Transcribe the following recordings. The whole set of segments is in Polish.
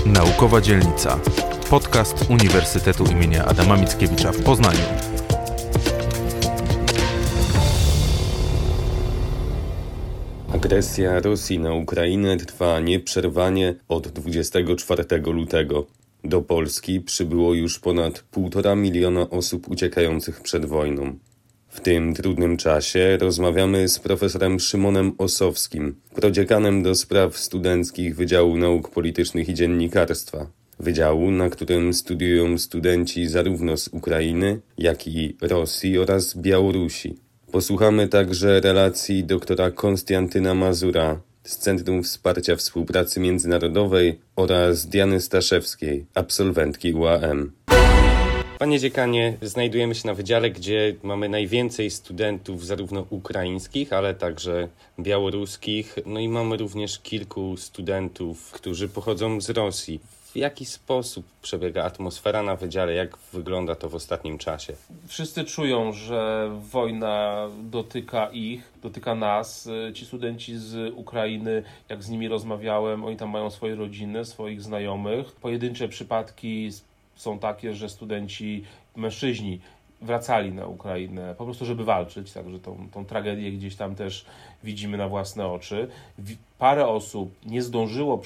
Naukowa Dzielnica. Podcast Uniwersytetu im. Adama Mickiewicza w Poznaniu. Agresja Rosji na Ukrainę trwa nieprzerwanie od 24 lutego. Do Polski przybyło już ponad 1,5 miliona osób uciekających przed wojną. W tym trudnym czasie rozmawiamy z profesorem Szymonem Ossowskim, prodziekanem do spraw studenckich Wydziału Nauk Politycznych i Dziennikarstwa. Wydziału, na którym studiują studenci zarówno z Ukrainy, jak i Rosji oraz Białorusi. Posłuchamy także relacji doktora Konstantyna Mazura z Centrum Wsparcia Współpracy Międzynarodowej oraz Diany Staszewskiej, absolwentki UAM. Panie dziekanie, znajdujemy się na wydziale, gdzie mamy najwięcej studentów zarówno ukraińskich, ale także białoruskich. No i mamy również kilku studentów, którzy pochodzą z Rosji. W jaki sposób przebiega atmosfera na wydziale? Jak wygląda to w ostatnim czasie? Wszyscy czują, że wojna dotyka nas. Ci studenci z Ukrainy, jak z nimi rozmawiałem, oni tam mają swoje rodziny, swoich znajomych. Pojedyncze przypadki są takie, że studenci, mężczyźni wracali na Ukrainę po prostu, żeby walczyć, także tą tragedię gdzieś tam też widzimy na własne oczy. Parę osób nie zdążyło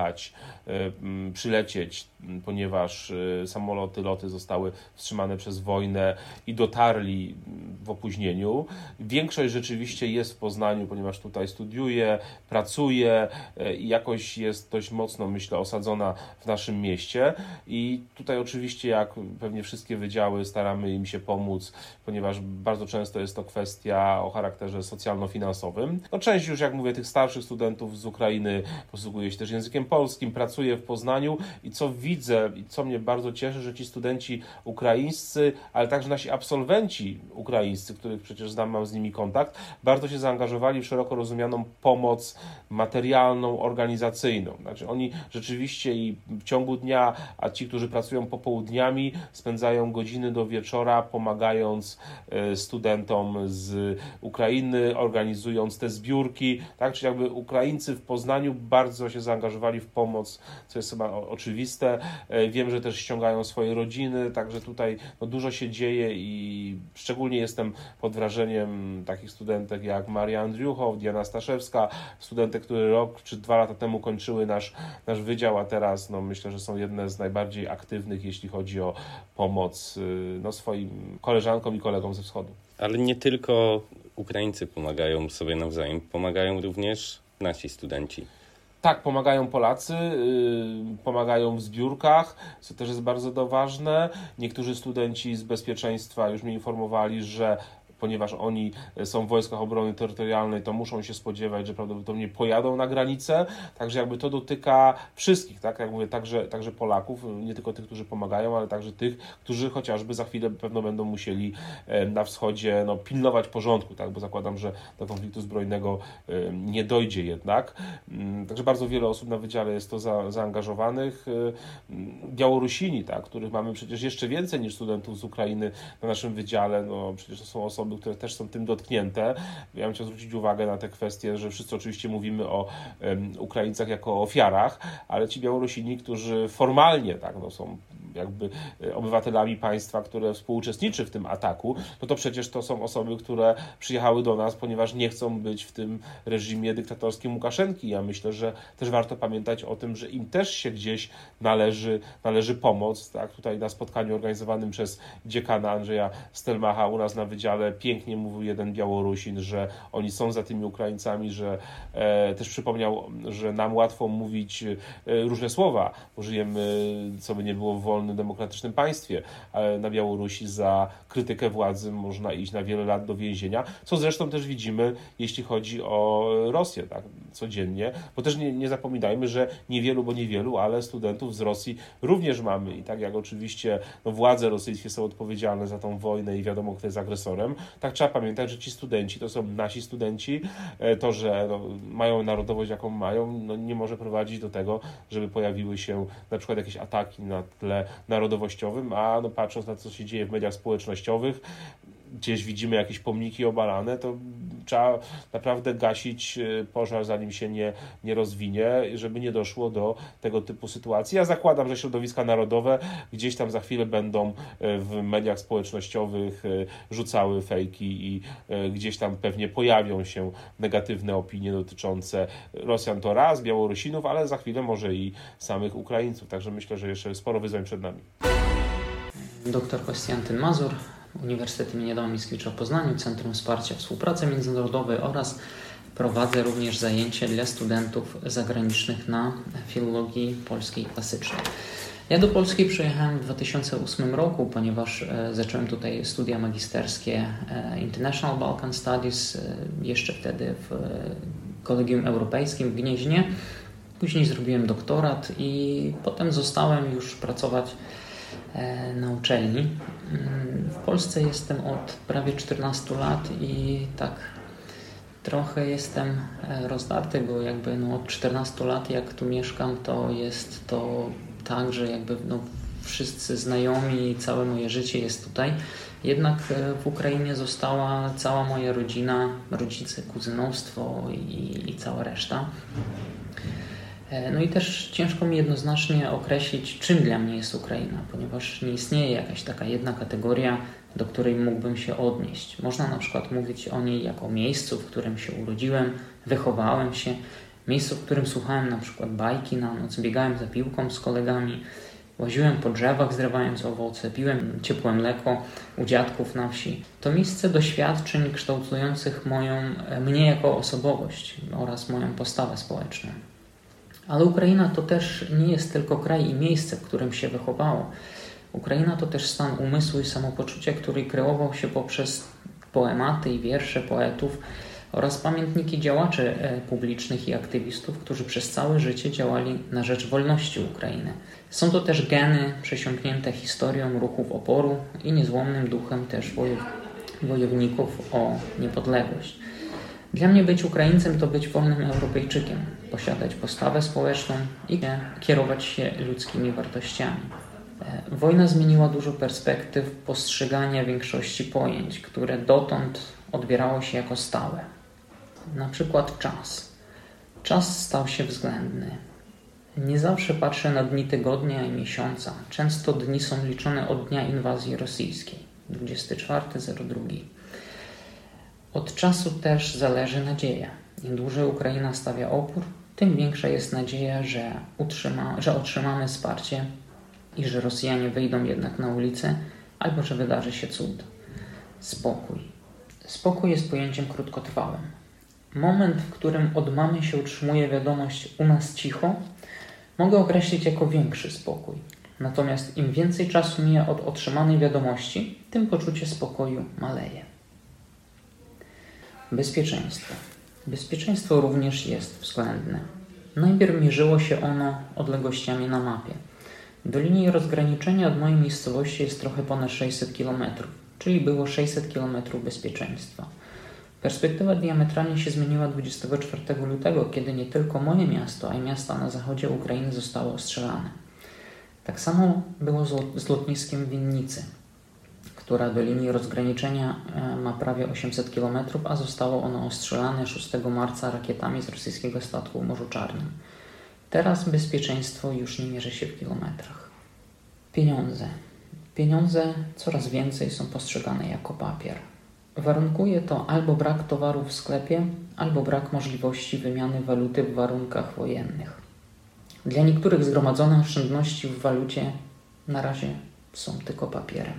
przylecieć, ponieważ loty zostały wstrzymane przez wojnę i dotarli w opóźnieniu. Większość rzeczywiście jest w Poznaniu, ponieważ tutaj studiuje, pracuje i jakoś jest dość mocno, myślę, osadzona w naszym mieście. I tutaj oczywiście, jak pewnie wszystkie wydziały, staramy im się pomóc, ponieważ bardzo często jest to kwestia o charakterze socjalno-finansowym. No, część już, jak mówię, tych starszych studentów z Ukrainy posługuje się też językiem polskim, pracuje w Poznaniu i co widzę i co mnie bardzo cieszy, że ci studenci ukraińscy, ale także nasi absolwenci ukraińscy, których przecież znam, mam z nimi kontakt, bardzo się zaangażowali w szeroko rozumianą pomoc materialną, organizacyjną. Znaczy oni rzeczywiście i w ciągu dnia, a ci, którzy pracują popołudniami, spędzają godziny do wieczora, pomagając studentom z Ukrainy, organizując te zbiórki, tak? Czyli jakby Ukraińcy w Poznaniu bardzo się zaangażowali w pomoc, co jest chyba oczywiste. Wiem, że też ściągają swoje rodziny, także tutaj dużo się dzieje i szczególnie jestem pod wrażeniem takich studentek jak Maria Andriuchow, Diana Staszewska, studentek, które rok czy 2 lata temu kończyły nasz wydział, a teraz myślę, że są jedne z najbardziej aktywnych, jeśli chodzi o pomoc swoim koleżankom i kolegom ze wschodu. Ale nie tylko Ukraińcy pomagają sobie nawzajem, pomagają również nasi studenci. Tak, pomagają Polacy, pomagają w zbiórkach, co też jest bardzo ważne. Niektórzy studenci z bezpieczeństwa już mnie informowali, że ponieważ oni są w Wojskach Obrony Terytorialnej, to muszą się spodziewać, że prawdopodobnie pojadą na granicę. Także jakby to dotyka wszystkich, tak? Jak mówię, także Polaków, nie tylko tych, którzy pomagają, ale także tych, którzy chociażby za chwilę pewno będą musieli na wschodzie pilnować porządku, tak? Bo zakładam, że do konfliktu zbrojnego nie dojdzie jednak. Także bardzo wiele osób na wydziale jest to zaangażowanych. Białorusini, tak? Których mamy przecież jeszcze więcej niż studentów z Ukrainy na naszym wydziale. Przecież to są osoby, które też są tym dotknięte. Ja bym chciał zwrócić uwagę na te kwestie, że wszyscy oczywiście mówimy o Ukraińcach jako o ofiarach, ale ci Białorusini, którzy formalnie są jakby obywatelami państwa, które współuczestniczy w tym ataku, to przecież to są osoby, które przyjechały do nas, ponieważ nie chcą być w tym reżimie dyktatorskim Łukaszenki. Ja myślę, że też warto pamiętać o tym, że im też się gdzieś należy pomoc. Tak? Tutaj na spotkaniu organizowanym przez dziekana Andrzeja Stelmacha u nas na wydziale pięknie mówił jeden Białorusin, że oni są za tymi Ukraińcami, że też przypomniał, że nam łatwo mówić różne słowa, bo żyjemy, co by nie było, w wolnym, demokratycznym państwie, ale na Białorusi za krytykę władzy można iść na wiele lat do więzienia, co zresztą też widzimy, jeśli chodzi o Rosję, tak, codziennie, bo też nie zapominajmy, że niewielu, ale studentów z Rosji również mamy i tak jak oczywiście władze rosyjskie są odpowiedzialne za tą wojnę i wiadomo, kto jest agresorem, tak trzeba pamiętać, że ci studenci to są nasi studenci. To, że mają narodowość, jaką mają, nie może prowadzić do tego, żeby pojawiły się na przykład jakieś ataki na tle narodowościowym, a patrząc na to, co się dzieje w mediach społecznościowych, gdzieś widzimy jakieś pomniki obalane, to trzeba naprawdę gasić pożar, zanim się nie rozwinie, żeby nie doszło do tego typu sytuacji. Ja zakładam, że środowiska narodowe gdzieś tam za chwilę będą w mediach społecznościowych rzucały fejki i gdzieś tam pewnie pojawią się negatywne opinie dotyczące Rosjan to raz, Białorusinów, ale za chwilę może i samych Ukraińców. Także myślę, że jeszcze sporo wyzwań przed nami. Dr Kostjantyn Mazur, Uniwersytet im. Adama Mickiewicza w Poznaniu, Centrum Wsparcia Współpracy Międzynarodowej oraz prowadzę również zajęcia dla studentów zagranicznych na filologii polskiej klasycznej. Ja do Polski przyjechałem w 2008 roku, ponieważ zacząłem tutaj studia magisterskie International Balkan Studies, jeszcze wtedy w Kolegium Europejskim w Gnieźnie. Później zrobiłem doktorat i potem zostałem już pracować na uczelni. W Polsce jestem od prawie 14 lat i tak trochę jestem rozdarty, bo jakby od 14 lat jak tu mieszkam, to jest to tak, że jakby wszyscy znajomi, całe moje życie jest tutaj. Jednak w Ukrainie została cała moja rodzina, rodzice, kuzynostwo i cała reszta. No i też ciężko mi jednoznacznie określić, czym dla mnie jest Ukraina, ponieważ nie istnieje jakaś taka jedna kategoria, do której mógłbym się odnieść. Można na przykład mówić o niej jako miejscu, w którym się urodziłem, wychowałem się, miejscu, w którym słuchałem na przykład bajki na noc, biegałem za piłką z kolegami, łaziłem po drzewach zrywając owoce, piłem ciepłe mleko u dziadków na wsi. To miejsce doświadczeń kształtujących mnie jako osobowość oraz moją postawę społeczną. Ale Ukraina to też nie jest tylko kraj i miejsce, w którym się wychowało. Ukraina to też stan umysłu i samopoczucia, który kreował się poprzez poematy i wiersze poetów oraz pamiętniki działaczy publicznych i aktywistów, którzy przez całe życie działali na rzecz wolności Ukrainy. Są to też geny przesiąknięte historią ruchów oporu i niezłomnym duchem też wojowników o niepodległość. Dla mnie być Ukraińcem to być wolnym Europejczykiem, posiadać postawę społeczną i kierować się ludzkimi wartościami. Wojna zmieniła dużo perspektyw postrzegania większości pojęć, które dotąd odbierało się jako stałe. Na przykład czas. Czas stał się względny. Nie zawsze patrzę na dni tygodnia i miesiąca. Często dni są liczone od dnia inwazji rosyjskiej, 24.02. Od czasu też zależy nadzieja. Im dłużej Ukraina stawia opór, tym większa jest nadzieja, że otrzymamy wsparcie i że Rosjanie wyjdą jednak na ulicę, albo że wydarzy się cud. Spokój. Spokój jest pojęciem krótkotrwałym. Moment, w którym od mamy się otrzymuje wiadomość u nas cicho, mogę określić jako większy spokój. Natomiast im więcej czasu mija od otrzymanej wiadomości, tym poczucie spokoju maleje. Bezpieczeństwo. Bezpieczeństwo również jest względne. Najpierw mierzyło się ono odległościami na mapie. Do linii rozgraniczenia od mojej miejscowości jest trochę ponad 600 km, czyli było 600 km bezpieczeństwa. Perspektywa diametralnie się zmieniła 24 lutego, kiedy nie tylko moje miasto, a i miasta na zachodzie Ukrainy zostały ostrzelane. Tak samo było z lotniskiem w Winnicy, która do linii rozgraniczenia ma prawie 800 km, a zostało ono ostrzelane 6 marca rakietami z rosyjskiego statku w Morzu Czarnym. Teraz bezpieczeństwo już nie mierzy się w kilometrach. Pieniądze. Pieniądze coraz więcej są postrzegane jako papier. Warunkuje to albo brak towarów w sklepie, albo brak możliwości wymiany waluty w warunkach wojennych. Dla niektórych zgromadzone oszczędności w walucie na razie są tylko papierem.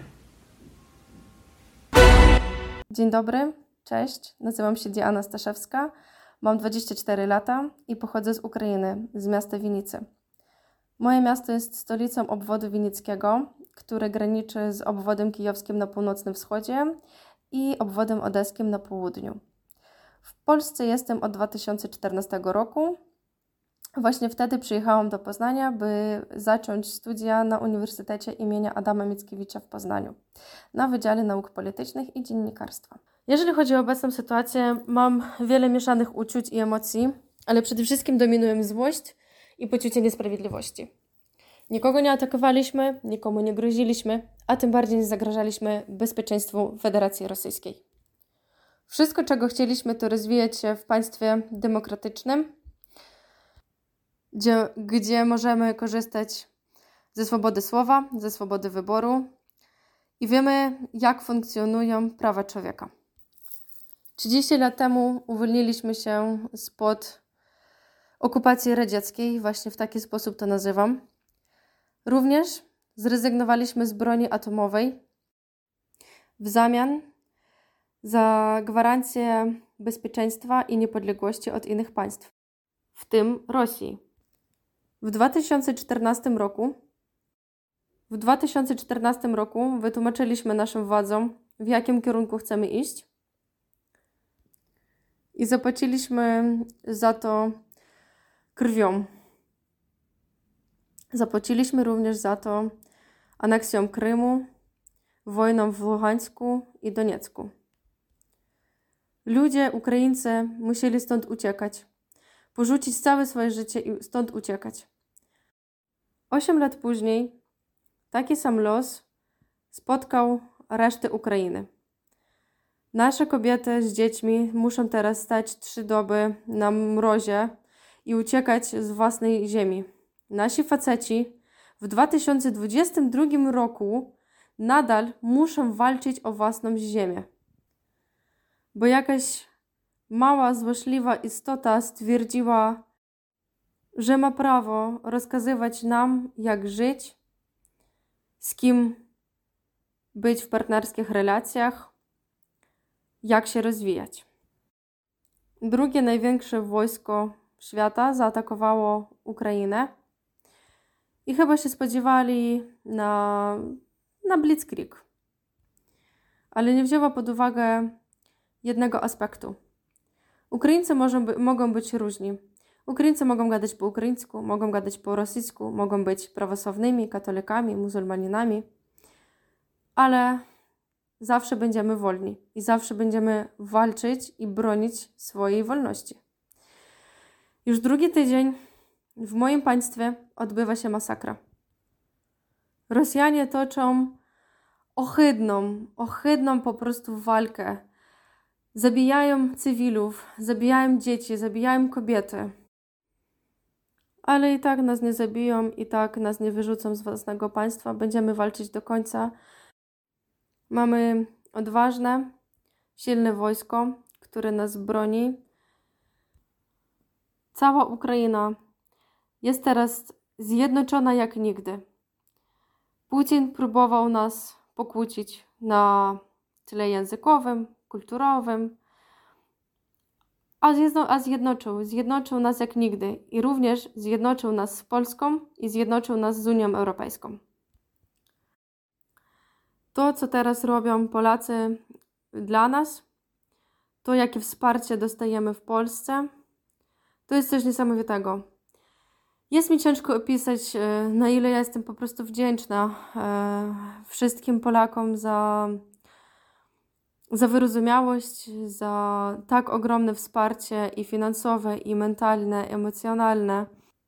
Dzień dobry, cześć, nazywam się Diana Staszewska, mam 24 lata i pochodzę z Ukrainy, z miasta Winicy. Moje miasto jest stolicą obwodu winickiego, który graniczy z obwodem kijowskim na północnym wschodzie i obwodem odeskim na południu. W Polsce jestem od 2014 roku. Właśnie wtedy przyjechałam do Poznania, by zacząć studia na Uniwersytecie im. Adama Mickiewicza w Poznaniu na Wydziale Nauk Politycznych i Dziennikarstwa. Jeżeli chodzi o obecną sytuację, mam wiele mieszanych uczuć i emocji, ale przede wszystkim dominują złość i poczucie niesprawiedliwości. Nikogo nie atakowaliśmy, nikomu nie groziliśmy, a tym bardziej nie zagrażaliśmy bezpieczeństwu Federacji Rosyjskiej. Wszystko, czego chcieliśmy, to rozwijać się w państwie demokratycznym, gdzie możemy korzystać ze swobody słowa, ze swobody wyboru i wiemy, jak funkcjonują prawa człowieka. 30 lat temu uwolniliśmy się spod okupacji radzieckiej, właśnie w taki sposób to nazywam. Również zrezygnowaliśmy z broni atomowej w zamian za gwarancję bezpieczeństwa i niepodległości od innych państw, w tym Rosji. W 2014 roku wytłumaczyliśmy naszym władzom, w jakim kierunku chcemy iść i zapłaciliśmy za to krwią. Zapłaciliśmy również za to aneksją Krymu, wojną w Luhańsku i Doniecku. Ludzie, Ukraińcy musieli stąd uciekać, porzucić całe swoje życie i stąd uciekać. 8 lat później taki sam los spotkał resztę Ukrainy. Nasze kobiety z dziećmi muszą teraz stać 3 doby na mrozie i uciekać z własnej ziemi. Nasi faceci w 2022 roku nadal muszą walczyć o własną ziemię, bo jakaś mała, złośliwa istota stwierdziła, że ma prawo rozkazywać nam, jak żyć, z kim być w partnerskich relacjach, jak się rozwijać. Drugie największe wojsko świata zaatakowało Ukrainę i chyba się spodziewali na blitzkrieg, ale nie wzięła pod uwagę jednego aspektu. Ukraińcy mogą być różni. Ukraińcy mogą gadać po ukraińsku, mogą gadać po rosyjsku, mogą być prawosławnymi, katolikami, muzułmaninami, ale zawsze będziemy wolni i zawsze będziemy walczyć i bronić swojej wolności. Już drugi tydzień w moim państwie odbywa się masakra. Rosjanie toczą ohydną po prostu walkę. Zabijają cywilów, zabijają dzieci, zabijają kobiety. Ale i tak nas nie zabiją, i tak nas nie wyrzucą z własnego państwa. Będziemy walczyć do końca. Mamy odważne, silne wojsko, które nas broni. Cała Ukraina jest teraz zjednoczona jak nigdy. Putin próbował nas pokłócić na tle językowym, kulturowym, a zjednoczył nas jak nigdy i również zjednoczył nas z Polską i zjednoczył nas z Unią Europejską. To, co teraz robią Polacy dla nas, to jakie wsparcie dostajemy w Polsce, to jest coś niesamowitego. Jest mi ciężko opisać, na ile ja jestem po prostu wdzięczna wszystkim Polakom za wyrozumiałość, za tak ogromne wsparcie i finansowe, i mentalne, emocjonalne.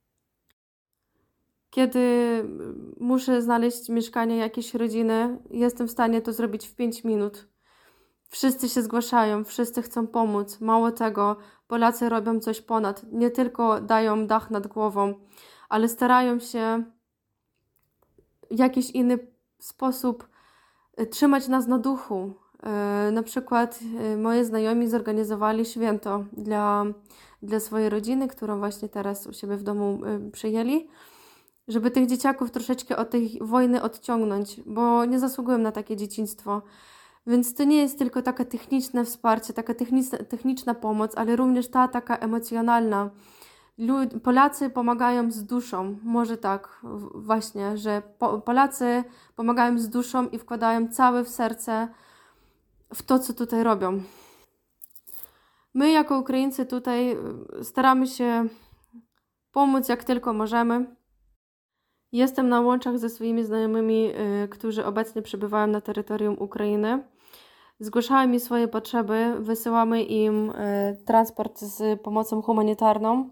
Kiedy muszę znaleźć mieszkanie jakiejś rodziny, jestem w stanie to zrobić w 5 minut. Wszyscy się zgłaszają, wszyscy chcą pomóc. Mało tego, Polacy robią coś ponad. Nie tylko dają dach nad głową, ale starają się w jakiś inny sposób trzymać nas na duchu. Na przykład moi znajomi zorganizowali święto dla swojej rodziny, którą właśnie teraz u siebie w domu przyjęli, żeby tych dzieciaków troszeczkę od tej wojny odciągnąć, bo nie zasługują na takie dzieciństwo. Więc to nie jest tylko takie techniczne wsparcie, taka techniczna pomoc, ale również ta taka emocjonalna. Polacy pomagają z duszą, może tak właśnie, że Polacy pomagają z duszą i wkładają całe w serce w to, co tutaj robią. My jako Ukraińcy tutaj staramy się pomóc jak tylko możemy. Jestem na łączach ze swoimi znajomymi, którzy obecnie przebywają na terytorium Ukrainy. Zgłaszają mi swoje potrzeby, wysyłamy im transport z pomocą humanitarną.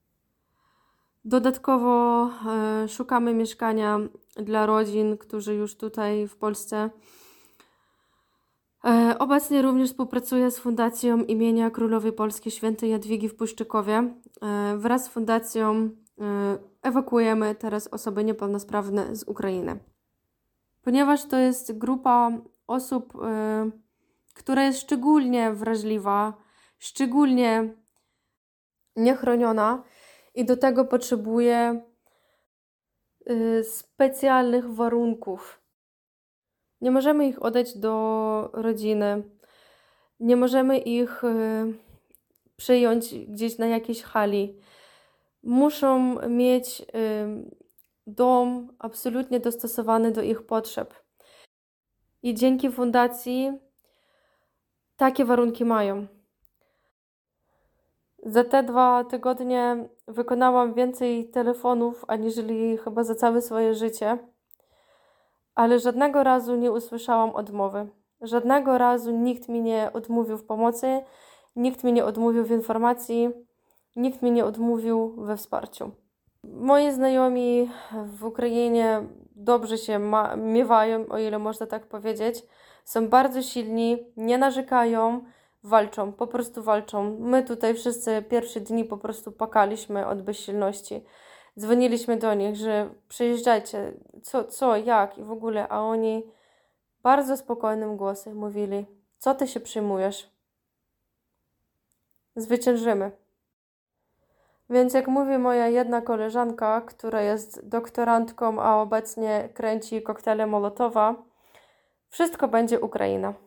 Dodatkowo szukamy mieszkania dla rodzin, którzy już tutaj w Polsce Obecnie również współpracuję z Fundacją imienia Królowej Polski Świętej Jadwigi w Puszczykowie. Wraz z fundacją ewakuujemy teraz osoby niepełnosprawne z Ukrainy. Ponieważ to jest grupa osób, która jest szczególnie wrażliwa, szczególnie niechroniona i do tego potrzebuje specjalnych warunków. Nie możemy ich oddać do rodziny, nie możemy ich przyjąć gdzieś na jakiejś hali. Muszą mieć dom absolutnie dostosowany do ich potrzeb. I dzięki fundacji takie warunki mają. Za te 2 tygodnie wykonałam więcej telefonów, aniżeli chyba za całe swoje życie. Ale żadnego razu nie usłyszałam odmowy. Żadnego razu nikt mi nie odmówił w pomocy, nikt mi nie odmówił w informacji, nikt mi nie odmówił we wsparciu. Moi znajomi w Ukrainie dobrze się miewają, o ile można tak powiedzieć. Są bardzo silni, nie narzekają, walczą, po prostu walczą. My tutaj wszyscy pierwsze dni po prostu płakaliśmy od bezsilności. Dzwoniliśmy do nich, że przyjeżdżajcie, co, jak i w ogóle, a oni bardzo spokojnym głosem mówili: co ty się przejmujesz? Zwyciężymy. Więc jak mówi moja jedna koleżanka, która jest doktorantką, a obecnie kręci koktajle Mołotowa, wszystko będzie Ukraina.